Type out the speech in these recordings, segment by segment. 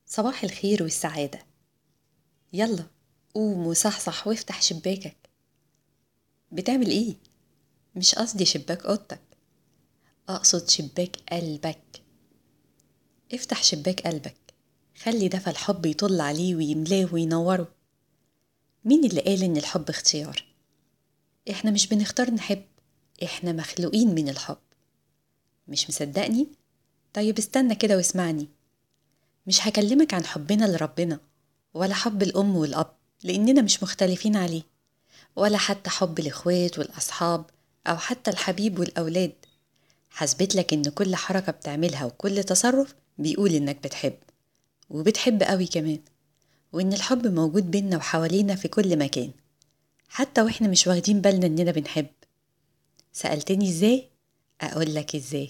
صباح الخير والسعادة. يلا قوم وصحصح وافتح شباكك. بتعمل ايه؟ مش قصدي شباك اوضتك، اقصد شباك قلبك. افتح شباك قلبك، خلي دفى الحب يطل عليه ويملاه وينوره. مين اللي قال ان الحب اختيار؟ احنا مش بنختار نحب، احنا مخلوقين من الحب. مش مصدقني؟ طيب استنى كده واسمعني. مش هكلمك عن حبنا لربنا، ولا حب الام والاب لاننا مش مختلفين عليه، ولا حتى حب الإخوات والأصحاب، أو حتى الحبيب والأولاد. حسبت لك إن كل حركة بتعملها وكل تصرف بيقول إنك بتحب، وبتحب قوي كمان، وإن الحب موجود بينا وحوالينا في كل مكان، حتى وإحنا مش واخدين بالنا إننا بنحب. سألتني إزاي؟ أقول لك إزاي.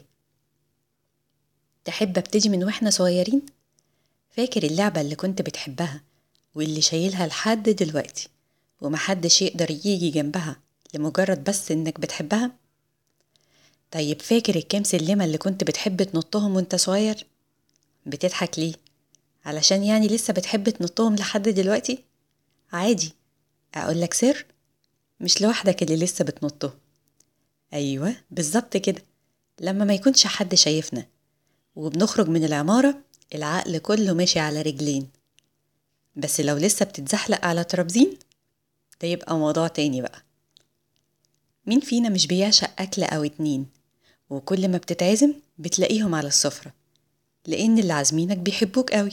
تحب ابتدي من وإحنا صغيرين؟ فاكر اللعبة اللي كنت بتحبها واللي شايلها لحد دلوقتي ومحدش يقدر يجي جنبها لمجرد بس إنك بتحبها؟ طيب فاكر الكام سلمة اللي كنت بتحب تنطهم وانت صغير؟ بتضحك ليه؟ علشان يعني لسه بتحب تنطهم لحد دلوقتي؟ عادي. أقولك سر، مش لوحدك اللي لسه بتنطه. أيوة بالظبط كده. لما ما يكونش حد شايفنا وبنخرج من العمارة، العقل كله ماشي على رجلين. بس لو لسه بتتزحلق على ترابزين، ده يبقى موضوع تاني بقى. مين فينا مش بيعشق أكل أو اتنين، وكل ما بتتعزم بتلاقيهم على السفرة لأن اللي عازمينك بيحبوك قوي؟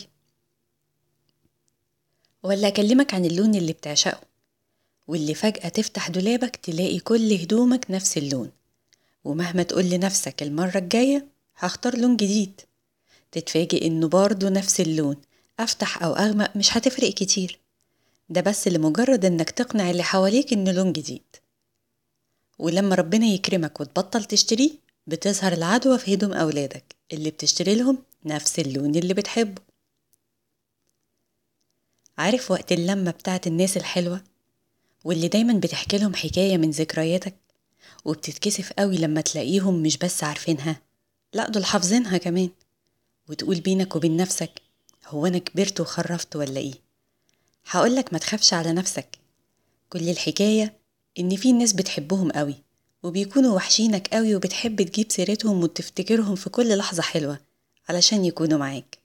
ولا أكلمك عن اللون اللي بتعشقه، واللي فجأة تفتح دولابك تلاقي كل هدومك نفس اللون، ومهما تقول لنفسك المرة الجاية هختار لون جديد، تتفاجئ إنه برضه نفس اللون، أفتح أو أغمق مش هتفرق كتير. ده بس لمجرد إنك تقنع اللي حواليك إنه لون جديد. ولما ربنا يكرمك وتبطل تشتريه، بتظهر العدوى في هدوم أولادك اللي بتشتري لهم نفس اللون اللي بتحبه. عارف وقت اللمة بتاعت الناس الحلوة، واللي دايما بتحكي لهم حكاية من ذكرياتك، وبتتكسف قوي لما تلاقيهم مش بس عارفينها، لا دول حافظينها كمان، وتقول بينك وبين نفسك: هو أنا كبرت وخرفت ولا إيه؟ هقولك ما تخافش على نفسك. كل الحكاية إن في ناس بتحبهم قوي، وبيكونوا وحشينك قوي، وبتحب تجيب سيرتهم وتفتكرهم في كل لحظة حلوة علشان يكونوا معاك.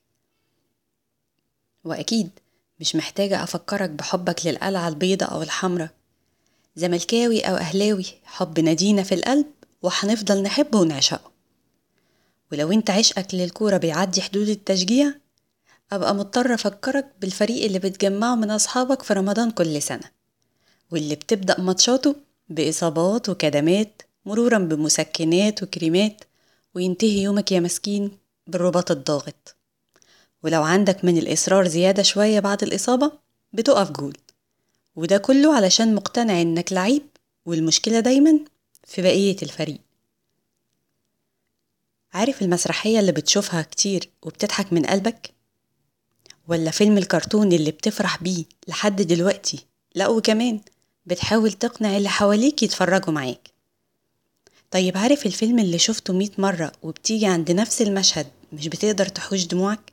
وأكيد مش محتاجة أفكرك بحبك للقلعة البيضاء أو الحمراء، زملكاوي أو أهلاوي، حب نادينا في القلب وحنفضل نحبه ونعشقه. ولو انت عشقك للكورة بيعدي حدود التشجيع، أبقى مضطر أفكرك بالفريق اللي بتجمعه من أصحابك في رمضان كل سنة، واللي بتبدأ ماتشاته بإصابات وكدمات مرورا بمسكنات وكريمات، وينتهي يومك يا مسكين بالرباط الضاغط. ولو عندك من الإصرار زيادة شوية بعد الإصابة، بتقف جول. وده كله علشان مقتنع إنك لعيب، والمشكلة دايما في بقية الفريق. عارف المسرحية اللي بتشوفها كتير وبتضحك من قلبك؟ ولا فيلم الكرتون اللي بتفرح بيه لحد دلوقتي، لا وكمان بتحاول تقنع اللي حواليك يتفرجوا معاك؟ طيب عارف الفيلم اللي شفته 100 مرة وبتيجي عند نفس المشهد مش بتقدر تحوش دموعك؟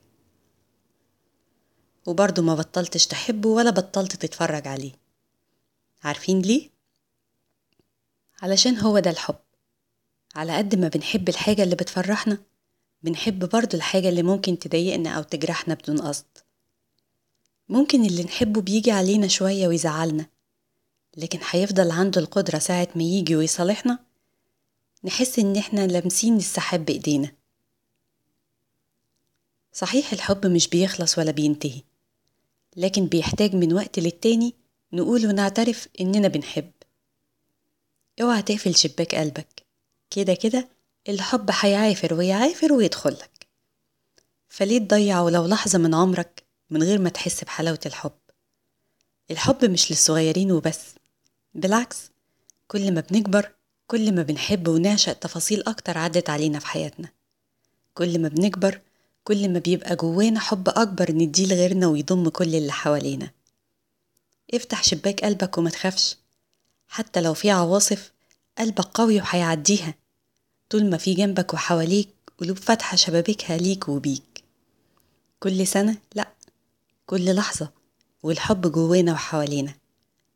وبرضه ما بطلتش تحبه ولا بطلت تتفرج عليه. عارفين ليه؟ علشان هو ده الحب. على قد ما بنحب الحاجة اللي بتفرحنا، بنحب برضو الحاجة اللي ممكن تضايقنا أو تجرحنا بدون قصد. ممكن اللي نحبه بيجي علينا شوية ويزعلنا، لكن هيفضل عنده القدرة ساعة ما يجي ويصالحنا نحس إن إحنا لامسين السحاب بإيدينا. صحيح الحب مش بيخلص ولا بينتهي، لكن بيحتاج من وقت للتاني نقول ونعترف إننا بنحب. اوعى تقفل شباك قلبك، كده كده الحب هيعافر ويعافر ويدخلك. فليه تضيع ولو لحظة من عمرك من غير ما تحس بحلاوة الحب؟ الحب مش للصغيرين وبس، بالعكس، كل ما بنكبر كل ما بنحب ونعشق تفاصيل أكتر عدت علينا في حياتنا. كل ما بنكبر كل ما بيبقى جوانا حب أكبر نديه لغيرنا ويضم كل اللي حوالينا. افتح شباك قلبك وما تخافش، حتى لو في عواصف قلبك قوي وهيعديها، طول ما في جنبك وحواليك قلوب فاتحة شبابيكها ليك وبيك. كل سنة لأ، كل لحظة، والحب جوانا وحوالينا.